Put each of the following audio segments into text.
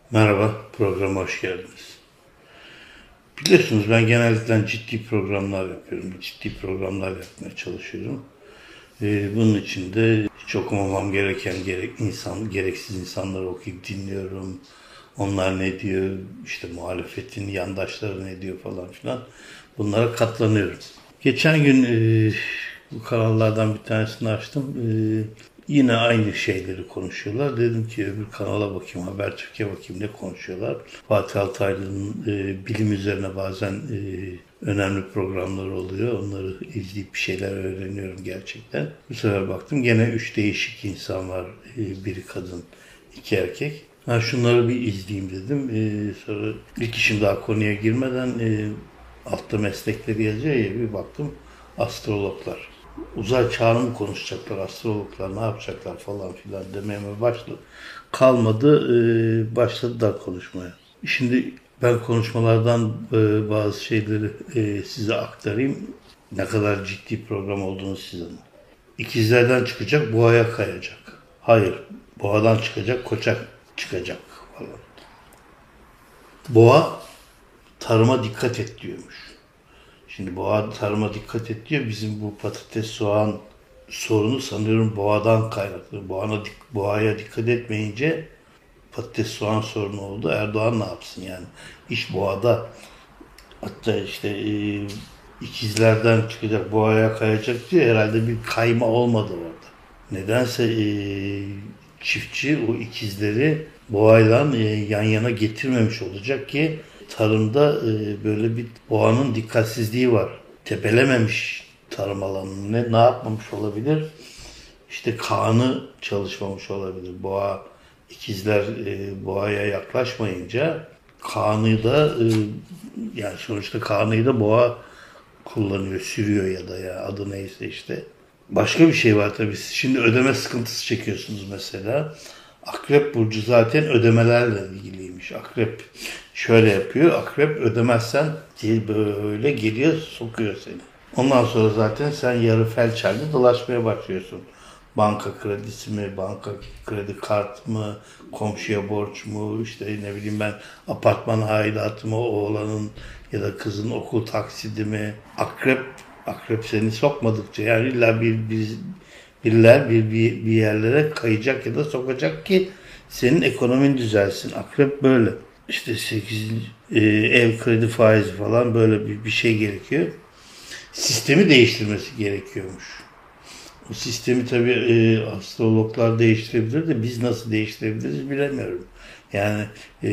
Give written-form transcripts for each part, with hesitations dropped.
Merhaba, programa hoş geldiniz. Biliyorsunuz ben genellikle ciddi programlar yapıyorum. Ciddi programlar yapmaya çalışıyorum. Bunun için de hiç okumamam gereken gereksiz insanları okuyup dinliyorum. Onlar ne diyor, işte muhalefetin yandaşları ne diyor falan filan. Bunlara katlanıyorum. Geçen gün bu kanallardan bir tanesini açtım. Yine aynı şeyleri konuşuyorlar. Dedim ki öbür kanala bakayım, Habertürk'e bakayım ne konuşuyorlar. Fatih Altaylı'nın bilim üzerine bazen önemli programları oluyor. Onları izleyip bir şeyler öğreniyorum gerçekten. Bu sefer baktım gene 3 değişik insan var. Biri kadın, 2 erkek. Şunları bir izleyeyim dedim. Sonra bir kişim daha konuya girmeden altta meslekleri yazıyor ya, bir baktım astrologlar. Uzay çağını mı konuşacaklar, astrologlar ne yapacaklar falan filan demeye başladı. Kalmadı, başladılar konuşmaya. Şimdi ben konuşmalardan bazı şeyleri size aktarayım. Ne kadar ciddi program olduğunu size. İkizlerden çıkacak, boğaya kayacak. Hayır, boğadan çıkacak, koça çıkacak falan. Boğa tarıma dikkat et diyormuş. Şimdi boğa tarıma dikkat et diyor. Bizim bu patates, soğan sorunu sanıyorum boğadan kaynaklı. Boğaya dikkat etmeyince patates, soğan sorunu oldu. Erdoğan ne yapsın yani? İş boğada. Hatta işte ikizlerden çıkacak, boğaya kayacak diyor. Herhalde bir kayma olmadı orada. Nedense çiftçi o ikizleri boğayla yan yana getirmemiş olacak ki tarımda böyle bir boğanın dikkatsizliği var. Tepelememiş tarım alanını. Ne yapmamış olabilir? İşte kanı çalışmamış olabilir. İkizler boğaya yaklaşmayınca kanı da yani sonuçta kanıyı da boğa kullanıyor, sürüyor ya da ya adı neyse işte. Başka bir şey var tabii. Siz şimdi ödeme sıkıntısı çekiyorsunuz mesela. Akrep burcu zaten ödemelerle ilgiliymiş. Akrep şöyle yapıyor. Akrep ödemezsen diye böyle geliyor sokuyor seni. Ondan sonra zaten sen yarı felç halde dolaşmaya başlıyorsun. Banka kredisi mi, banka kredi kart mı, komşuya borç mu, işte ne bileyim ben apartman aidatı mı, oğlanın ya da kızın okul taksidi mi. Akrep seni sokmadıkça yani illa bir yerlere kayacak ya da sokacak ki senin ekonomin düzelsin. Akrep böyle. İşte 8 ev kredi faizi falan böyle bir şey gerekiyor. Sistemi değiştirmesi gerekiyormuş. O sistemi tabii astrologlar değiştirebilir de biz nasıl değiştirebiliriz bilemiyorum. Yani e,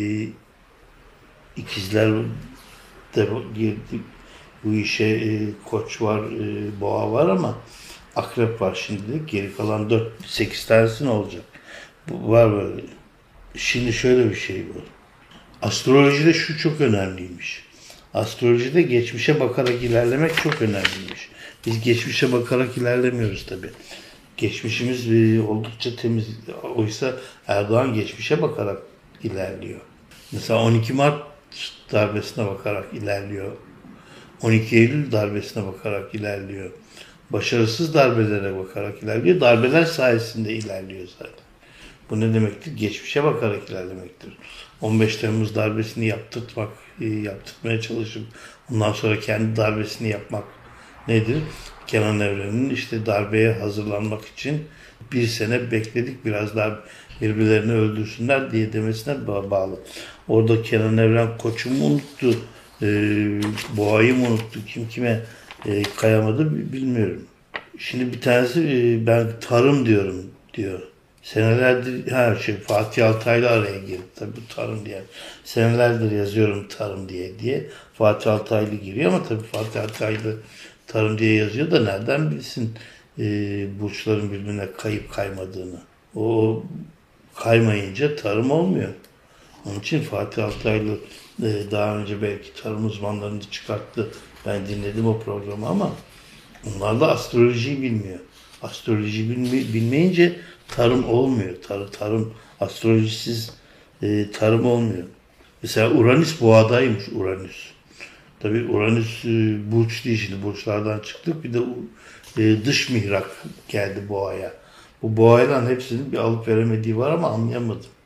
ikizler de girdi bu işe, koç var, boğa var ama akrep var şimdilik. Geri kalan 4-8 tanesi ne olacak? Bu var böyle. Şimdi şöyle bir şey bu. Astrolojide şu çok önemliymiş. Astrolojide geçmişe bakarak ilerlemek çok önemliymiş. Biz geçmişe bakarak ilerlemiyoruz tabii. Geçmişimiz oldukça temiz. Oysa Erdoğan geçmişe bakarak ilerliyor. Mesela 12 Mart darbesine bakarak ilerliyor. 12 Eylül darbesine bakarak ilerliyor. Başarısız darbelere bakarak ilerliyor. Darbeler sayesinde ilerliyor zaten. Bu ne demektir? Geçmişe bakarak ilerlemektir. 15 Temmuz darbesini yaptırtmaya çalışıp ondan sonra kendi darbesini yapmak nedir? Kenan Evren'in işte darbeye hazırlanmak için bir sene bekledik biraz daha birbirlerini öldürsünler diye demesine bağlı. Orada Kenan Evren koçumu unuttu, e, boğayı mı unuttu, kim kime kayamadı bilmiyorum. Şimdi bir tanesi ben tarım diyorum diyor. Senelerdir Fatih Altaylı araya girdi tabii bu tarım diye. Senelerdir yazıyorum tarım diye. Fatih Altaylı giriyor ama tabii Fatih Altaylı tarım diye yazıyor da nereden bilsin burçların birbirine kayıp kaymadığını. O kaymayınca tarım olmuyor. Onun için Fatih Altaylı daha önce belki tarım uzmanlarını çıkarttı. Ben dinledim o programı ama onlar da astrolojiyi bilmiyor. Astroloji bilmeyince tarım olmuyor. Tarım astrolojisiz tarım olmuyor. Mesela Uranüs boğadaymış Uranüs. Tabii Uranüs burç değil, şimdi burçlardan çıktık. Bir de dış mihrak geldi boğaya. Bu boğayla hepsinin bir alıp veremediği var ama anlayamadım.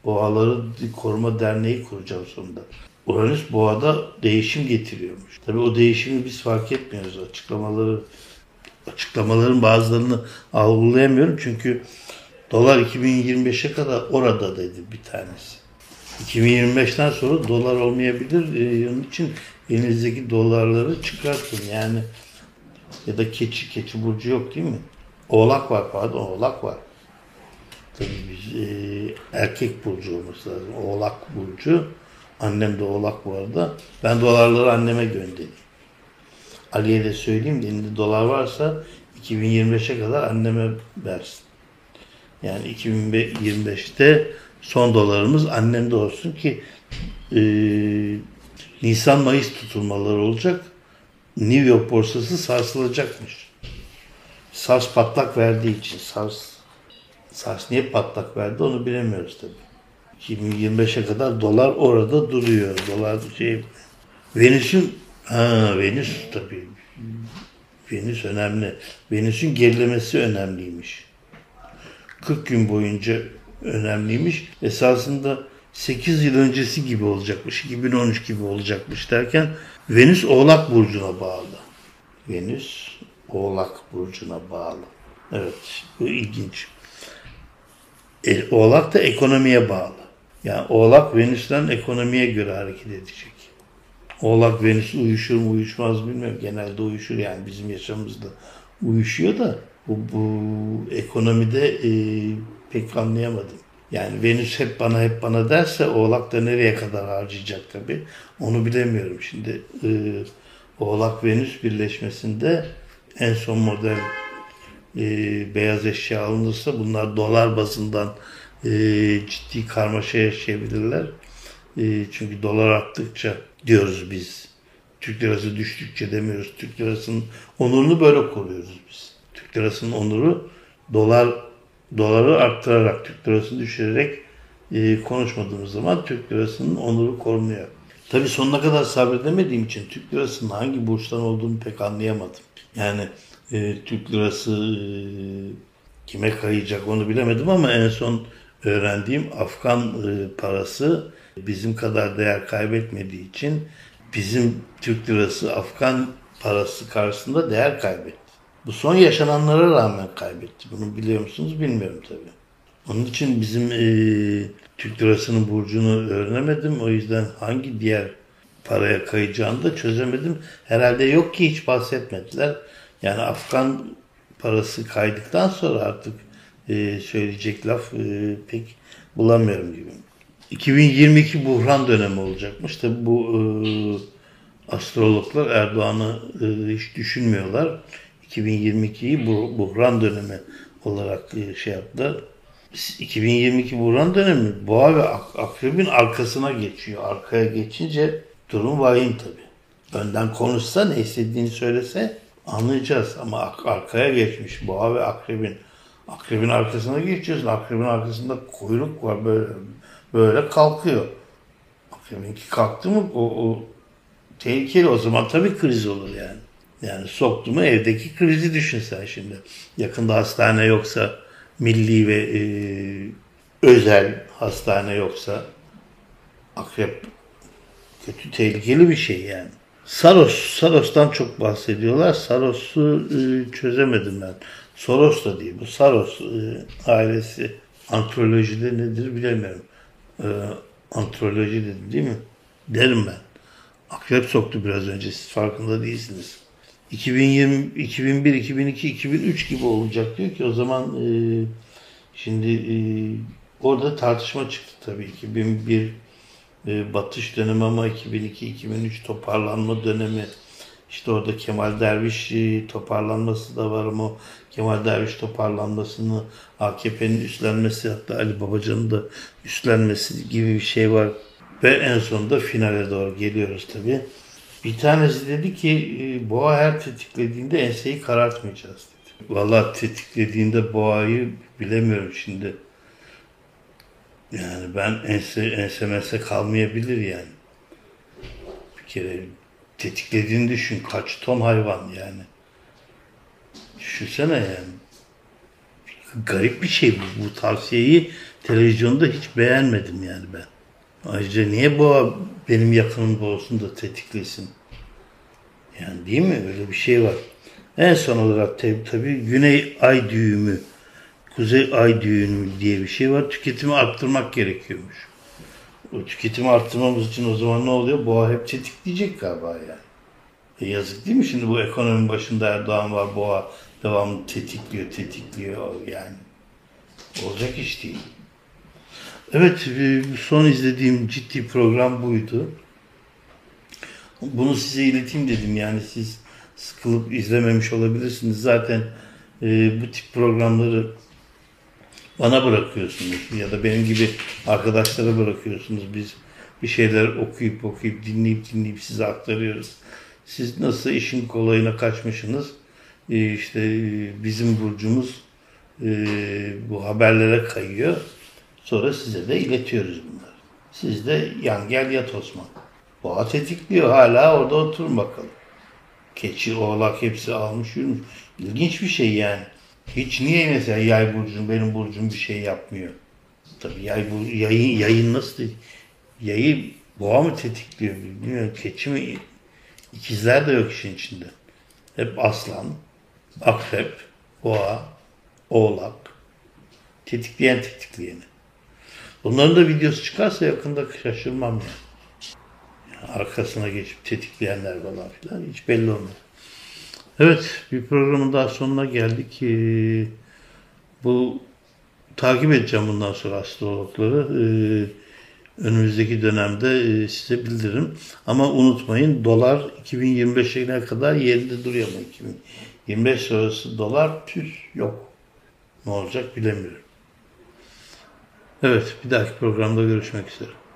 Boğaları Koruma Derneği kuracağım sonunda. Uranüs boğada değişim getiriyormuş. Tabii o değişimi biz fark etmiyoruz. Açıklamaların bazılarını algılayamıyorum. Çünkü dolar 2025'e kadar orada dedi bir tanesi. 2025'ten sonra dolar olmayabilir. Onun için elinizdeki dolarları çıkartın. Yani ya da keçi burcu yok değil mi? Oğlak var, pardon, oğlak var. Tabii biz erkek burcu olması lazım. Oğlak burcu. Annem de oğlak bu arada. Ben dolarları anneme göndereyim. Ali'ye de söyleyeyim de elinde dolar varsa 2025'e kadar anneme versin. Yani 2025'te son dolarımız annemde olsun ki Nisan-Mayıs tutulmaları olacak. New York borsası sarsılacakmış. SARS patlak verdiği için SARS niye patlak verdi onu bilemiyoruz tabii. 2025'e kadar dolar orada duruyor. Dolar Venüs'ün Venüs tabii. Venüs önemli. Venüs'ün gerilemesi önemliymiş. 40 gün boyunca önemliymiş. Esasında 8 yıl öncesi gibi olacakmış. 2013 gibi olacakmış derken Venüs Oğlak Burcu'na bağlı. Venüs Oğlak Burcu'na bağlı. Evet, bu ilginç. Oğlak da ekonomiye bağlı. Yani Oğlak Venüs'ten ekonomiye göre hareket edecek. Oğlak Venüs uyuşur mu uyuşmaz bilmiyorum. Genelde uyuşur yani bizim yaşamımızda uyuşuyor da bu ekonomide pek anlayamadım. Yani Venüs hep bana derse Oğlak da nereye kadar harcayacak tabii. Onu bilemiyorum. Şimdi Oğlak Venüs birleşmesinde en son model beyaz eşya alınırsa bunlar dolar bazından ciddi karmaşa yaşayabilirler. Çünkü dolar arttıkça diyoruz biz. Türk lirası düştükçe demiyoruz. Türk lirasının onurunu böyle koruyoruz biz. Türk lirasının onuru doları arttırarak, Türk lirasını düşürerek konuşmadığımız zaman Türk lirasının onuru korunuyor. Tabii sonuna kadar sabredemediğim için Türk lirasının hangi burçtan olduğunu pek anlayamadım. Yani Türk lirası kime kayacak onu bilemedim ama en son öğrendiğim Afgan parası bizim kadar değer kaybetmediği için bizim Türk lirası Afgan parası karşısında değer kaybetti. Bu son yaşananlara rağmen kaybetti. Bunu biliyor musunuz bilmiyorum tabii. Onun için bizim Türk lirasının burcunu öğrenemedim. O yüzden hangi diğer paraya kayacağını da çözemedim. Herhalde yok ki hiç bahsetmediler. Yani Afgan parası kaydıktan sonra artık söyleyecek laf pek bulamıyorum gibi. 2022 buhran dönemi olacakmış. Tabi bu astrologlar Erdoğan'ı hiç düşünmüyorlar. 2022'yi buhran dönemi olarak şey yaptılar. 2022 buhran dönemi Boğa ve Akrep'in arkasına geçiyor. Arkaya geçince durum vahim tabi. Önden konuşsa ne istediğini söylese anlayacağız ama arkaya geçmiş Boğa ve Akrep'in arkasına geçiyorsun. Akrep'in arkasında kuyruk var böyle kalkıyor. Akrebinki kalktı mı o tehlikeli, o zaman tabii kriz olur yani. Yani soktu mu evdeki krizi düşün sen şimdi. Yakında hastane yoksa, milli ve özel hastane yoksa akrep kötü, tehlikeli bir şey yani. Saros'tan çok bahsediyorlar. Saros'u çözemedim ben. Soros da değil. Bu Saros ailesi antrolojide nedir bilemiyorum. Antroloji dedi değil mi? Derim ben. Akrep soktu biraz önce. Siz farkında değilsiniz. 2020, 2001, 2002, 2003 gibi olacak diyor ki o zaman şimdi orada tartışma çıktı tabii. 2001 batış dönemi ama 2002-2003 toparlanma dönemi. İşte orada Kemal Derviş toparlanması da var ama Kemal Derviş toparlanmasını AKP'nin üstlenmesi, hatta Ali Babacan'ın da üstlenmesi gibi bir şey var. Ve en sonunda finale doğru geliyoruz tabii. Bir tanesi dedi ki boğa her tetiklediğinde enseyi karartmayacağız dedi. Vallahi tetiklediğinde boğayı bilemiyorum şimdi. Yani ben ense kalmayabilir yani. Bir kere tetiklediğini düşün. Kaç ton hayvan yani. Düşünsene yani. Garip bir şey bu. Bu tavsiyeyi Televizyonda hiç beğenmedim yani ben. Ayrıca niye boğa benim yakınımda olsun da tetiklesin? Yani değil mi? Öyle bir şey var. En son olarak tabii Güney Ay düğümü, Kuzey Ay düğümü diye bir şey var. Tüketimi arttırmak gerekiyormuş. O tüketimi arttırmamız için o zaman ne oluyor? Boğa hep tetikleyecek galiba yani. Yazık değil mi? Şimdi bu ekonominin başında Erdoğan var. Boğa devamlı tetikliyor yani. Olacak iş değil. Evet, son izlediğim ciddi program buydu. Bunu size ileteyim dedim. Yani siz sıkılıp izlememiş olabilirsiniz. Zaten bu tip programları bana bırakıyorsunuz ya da benim gibi arkadaşlara bırakıyorsunuz. Biz bir şeyler okuyup dinleyip size aktarıyoruz. Siz nasıl işin kolayına kaçmışsınız? İşte bizim burcumuz bu haberlere kayıyor. Sonra size de iletiyoruz bunları. Siz de yan gel yat Osman. Boğa tetikliyor, hala orada oturun bakalım. Keçi, oğlak hepsi almış yürümüş. İlginç bir şey yani. Hiç niye mesela yay burcum, benim burcum bir şey yapmıyor? Tabii yayın nasıl? Yayı boğa mı tetikliyor bilmiyorum. Keçi mi? İkizler de yok işin içinde. Hep aslan, akrep, boğa, oğlak. Tetikleyeni. Bunların da videosu çıkarsa yakında şaşırmam yani. Arkasına geçip tetikleyenler falan filan hiç belli olmaz. Evet, bir programın daha sonuna geldik. Bu takip edeceğim bundan sonra astrologları. Önümüzdeki dönemde size bildiririm. Ama unutmayın, dolar 2025'e kadar yerinde duruyor mu? 2025 sonrası dolar yok. Ne olacak bilemiyorum. Evet, bir dahaki programda görüşmek üzere.